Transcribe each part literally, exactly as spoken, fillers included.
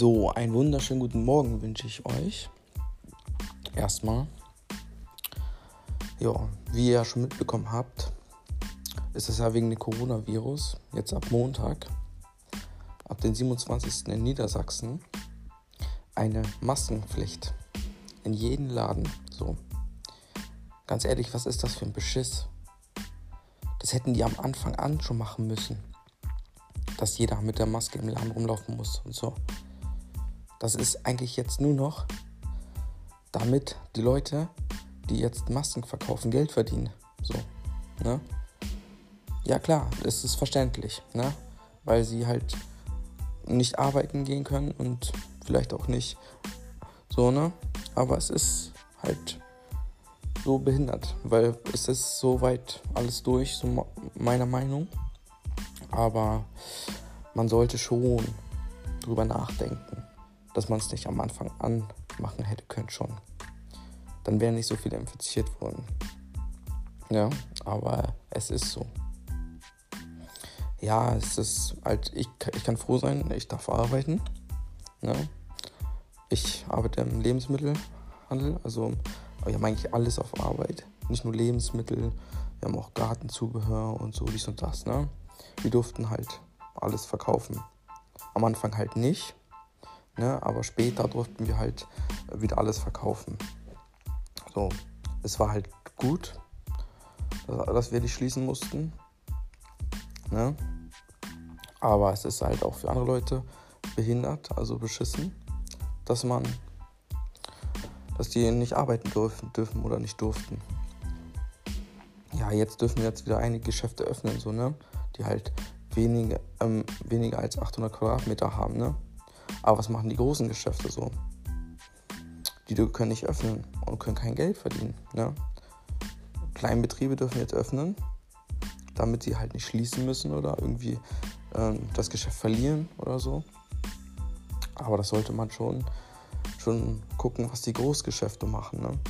So, einen wunderschönen guten Morgen wünsche ich euch. Erstmal, ja, wie ihr ja schon mitbekommen habt, ist es ja wegen dem Coronavirus jetzt ab Montag, ab den siebenundzwanzigsten in Niedersachsen, eine Maskenpflicht in jedem Laden. So, ganz ehrlich, was ist das für ein Beschiss? Das hätten die am Anfang an schon machen müssen, dass jeder mit der Maske im Laden rumlaufen muss und so. Das ist eigentlich jetzt nur noch, damit die Leute, die jetzt Masken verkaufen, Geld verdienen. So, ne? Ja klar, es ist verständlich, ne? Weil sie halt nicht arbeiten gehen können und vielleicht auch nicht so, ne? Aber es ist halt so behindert, weil es ist soweit alles durch, so meiner Meinung. Aber man sollte schon drüber nachdenken, dass man es nicht am Anfang anmachen hätte können schon. Dann wären nicht so viele infiziert worden. Ja, aber es ist so. Ja, es ist halt, ich, ich kann froh sein, ich darf arbeiten. Ne? Ich arbeite im Lebensmittelhandel, also wir haben eigentlich alles auf Arbeit. Nicht nur Lebensmittel, wir haben auch Gartenzubehör und so, dies und das. Ne? Wir durften halt alles verkaufen. Am Anfang halt nicht. Ne, aber später durften wir halt wieder alles verkaufen. So, es war halt gut, dass wir die schließen mussten. Ne? Aber es ist halt auch für andere Leute behindert, also beschissen, dass man, dass die nicht arbeiten dürfen, dürfen oder nicht durften. Ja, jetzt dürfen jetzt wieder einige Geschäfte öffnen, so, ne, die halt weniger, ähm, weniger als achthundert Quadratmeter haben, ne. Aber was machen die großen Geschäfte so? Die können nicht öffnen und können kein Geld verdienen. Ne? Kleinbetriebe dürfen jetzt öffnen, damit sie halt nicht schließen müssen oder irgendwie ähm, das Geschäft verlieren oder so. Aber das sollte man schon, schon gucken, was die Großgeschäfte machen. Ne?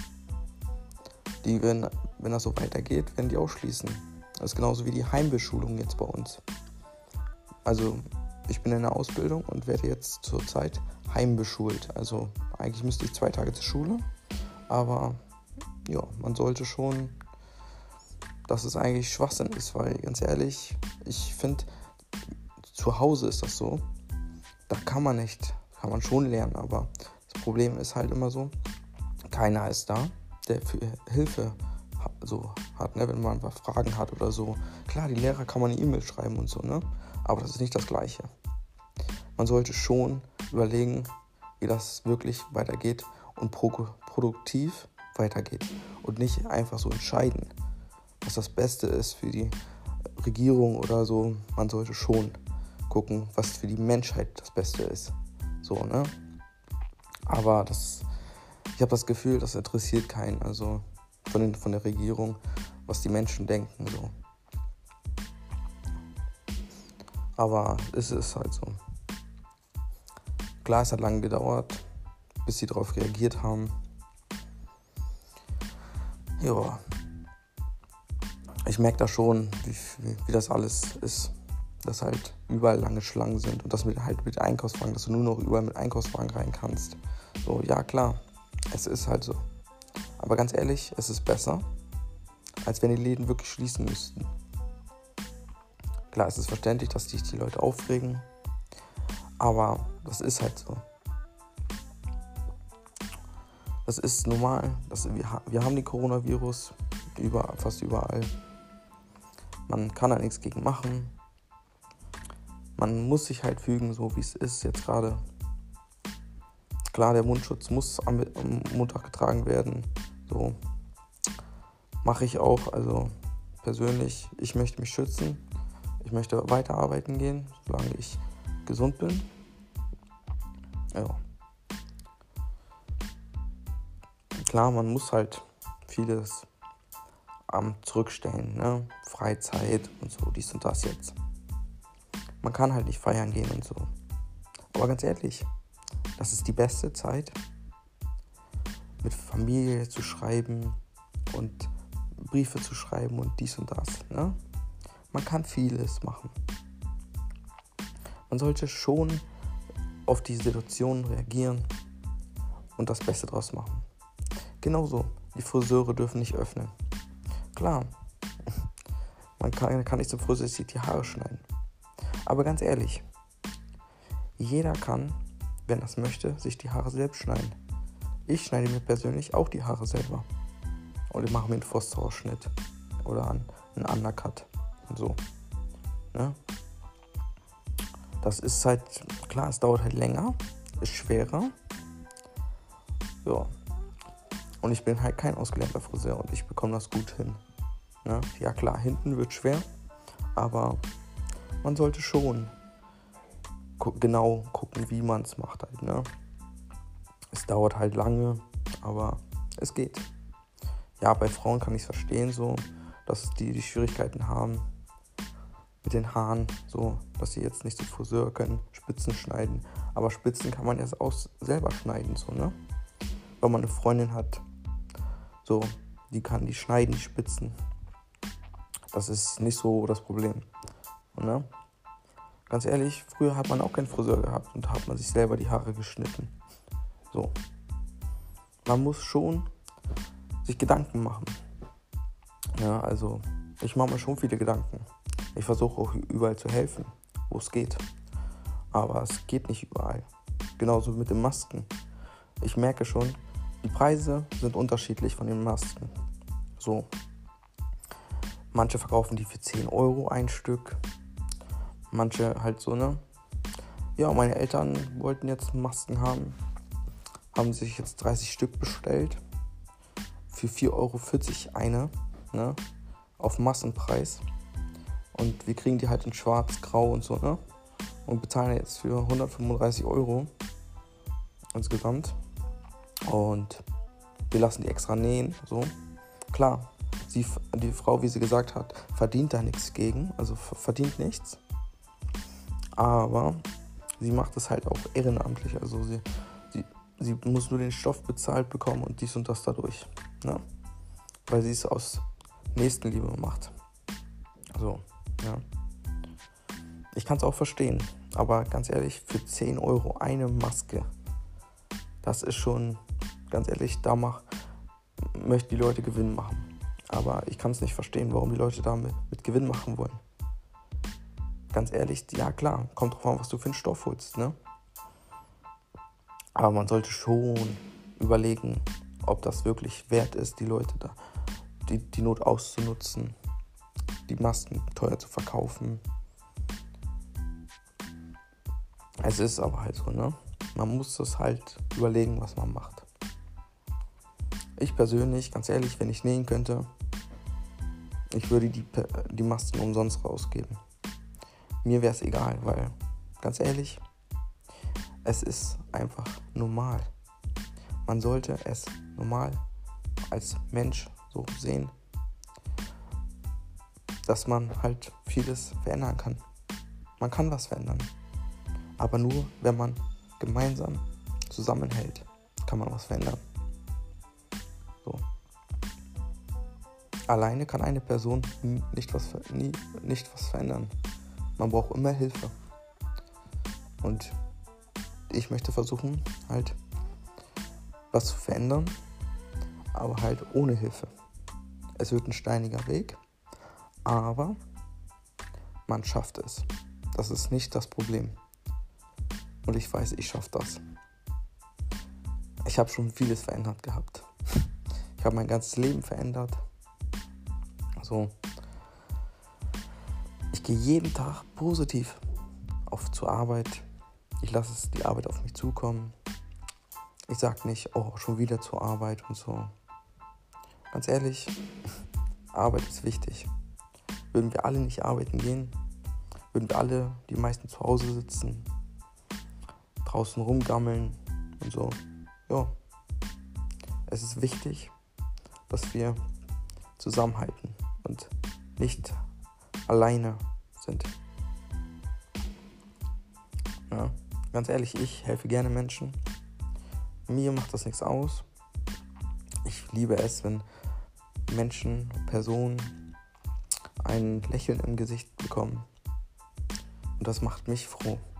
Die, wenn, wenn das so weitergeht, werden die auch schließen. Das ist genauso wie die Heimbeschulung jetzt bei uns. Also ich bin in der Ausbildung und werde jetzt zurzeit heimbeschult. Also eigentlich müsste ich zwei Tage zur Schule, aber ja, man sollte schon, dass es eigentlich Schwachsinn ist, weil ganz ehrlich, ich finde, zu Hause ist das so, da kann man nicht, kann man schon lernen, aber das Problem ist halt immer so, keiner ist da, der für Hilfe so hat, ne, wenn man Fragen hat oder so. Klar, die Lehrer kann man eine E-Mail schreiben und so, ne, aber das ist nicht das Gleiche. Man sollte schon überlegen, wie das wirklich weitergeht und pro- produktiv weitergeht und nicht einfach so entscheiden, was das Beste ist für die Regierung oder so. Man sollte schon gucken, was für die Menschheit das Beste ist. So, ne? Aber das, ich habe das Gefühl, das interessiert keinen, also von, den, von der Regierung, was die Menschen denken. So. Aber es ist halt so. Klar, es hat lange gedauert, bis sie darauf reagiert haben. Ja, ich merke da schon, wie, wie, wie das alles ist, dass halt überall lange Schlangen sind und das mit halt mit Einkaufswagen, dass du nur noch überall mit Einkaufswagen rein kannst. So, ja klar, es ist halt so. Aber ganz ehrlich, es ist besser, als wenn die Läden wirklich schließen müssten. Klar, es ist verständlich, dass sich die Leute aufregen, aber das ist halt so. Das ist normal. Das, wir, wir haben den Coronavirus über, fast überall. Man kann da nichts gegen machen. Man muss sich halt fügen, so wie es ist jetzt gerade. Klar, der Mundschutz muss am, am Montag getragen werden. So mache ich auch. Also persönlich, ich möchte mich schützen. Ich möchte weiterarbeiten gehen, solange ich gesund bin. Ja. Klar, man muss halt vieles ähm, zurückstellen, ne? Freizeit und so, dies und das jetzt. Man kann halt nicht feiern gehen und so. Aber ganz ehrlich, das ist die beste Zeit, mit Familie zu schreiben und Briefe zu schreiben und dies und das, ne? Man kann vieles machen. Man sollte schon auf die Situation reagieren und das Beste draus machen. Genauso, die Friseure dürfen nicht öffnen. Klar, man kann, kann nicht zum Friseur sich die Haare schneiden. Aber ganz ehrlich, jeder kann, wenn er es möchte, sich die Haare selbst schneiden. Ich schneide mir persönlich auch die Haare selber. Oder mache mir einen Pfostenausschnitt oder einen Undercut und so. Ne? Das ist halt, klar, es dauert halt länger, ist schwerer. Ja. Und ich bin halt kein ausgelernter Friseur und ich bekomme das gut hin. Ne? Ja klar, hinten wird schwer, aber man sollte schon gu- genau gucken, wie man es macht halt. Ne? Es dauert halt lange, aber es geht. Ja, bei Frauen kann ich es verstehen, so, dass die die Schwierigkeiten haben mit den Haaren, so, dass sie jetzt nicht zum Friseur können, Spitzen schneiden. Aber Spitzen kann man erst auch selber schneiden, so, ne? Wenn man eine Freundin hat, so, die kann die schneiden, die Spitzen. Das ist nicht so das Problem, ne? Ganz ehrlich, früher hat man auch keinen Friseur gehabt und hat man sich selber die Haare geschnitten. So. Man muss schon sich Gedanken machen. Ja, also ich mache mir schon viele Gedanken. Ich versuche auch überall zu helfen, wo es geht. Aber es geht nicht überall. Genauso mit den Masken. Ich merke schon, die Preise sind unterschiedlich von den Masken. So. Manche verkaufen die für zehn Euro ein Stück. Manche halt so, ne? Ja, meine Eltern wollten jetzt Masken haben. Haben sich jetzt dreißig Stück bestellt. Für vier Euro vierzig eine, ne? Auf Massenpreis. Und wir kriegen die halt in schwarz, grau und so, ne? Und bezahlen jetzt für hundertfünfunddreißig Euro insgesamt. Und wir lassen die extra nähen, so. Klar, sie, die Frau, wie sie gesagt hat, verdient da nichts gegen, also verdient nichts. Aber sie macht es halt auch ehrenamtlich, also sie, sie, sie muss nur den Stoff bezahlt bekommen und dies und das dadurch, ne? Weil sie es aus Nächstenliebe macht. So, ja. Ich kann es auch verstehen, aber ganz ehrlich, für zehn Euro eine Maske, das ist schon, ganz ehrlich, da mach, möchten die Leute Gewinn machen. Aber ich kann es nicht verstehen, warum die Leute damit mit Gewinn machen wollen. Ganz ehrlich, ja klar, kommt drauf an, was du für einen Stoff holst, ne? Aber man sollte schon überlegen, ob das wirklich wert ist, die Leute da, die, die Not auszunutzen, die Masken teuer zu verkaufen. Es ist aber halt so, ne? Man muss das halt überlegen, was man macht. Ich persönlich, ganz ehrlich, wenn ich nähen könnte, ich würde die, die Masken umsonst rausgeben. Mir wäre es egal, weil, ganz ehrlich, es ist einfach normal. Man sollte es normal als Mensch so sehen, dass man halt vieles verändern kann. Man kann was verändern. Aber nur, wenn man gemeinsam zusammenhält, kann man was verändern. So. Alleine kann eine Person nicht was, nie, nicht was verändern. Man braucht immer Hilfe. Und ich möchte versuchen, halt was zu verändern, aber halt ohne Hilfe. Es wird ein steiniger Weg, aber man schafft es. Das ist nicht das Problem. Und ich weiß, ich schaffe das. Ich habe schon vieles verändert gehabt. Ich habe mein ganzes Leben verändert. Also, ich gehe jeden Tag positiv auf zur Arbeit. Ich lasse es die Arbeit auf mich zukommen. Ich sage nicht, oh, schon wieder zur Arbeit und so. Ganz ehrlich, Arbeit ist wichtig. Würden wir alle nicht arbeiten gehen, würden wir alle, die meisten zu Hause sitzen, draußen rumgammeln und so. Ja, es ist wichtig, dass wir zusammenhalten und nicht alleine sind. Ja, ganz ehrlich, ich helfe gerne Menschen. Mir macht das nichts aus. Ich liebe es, wenn Menschen, Personen ein Lächeln im Gesicht bekommen. Und das macht mich froh.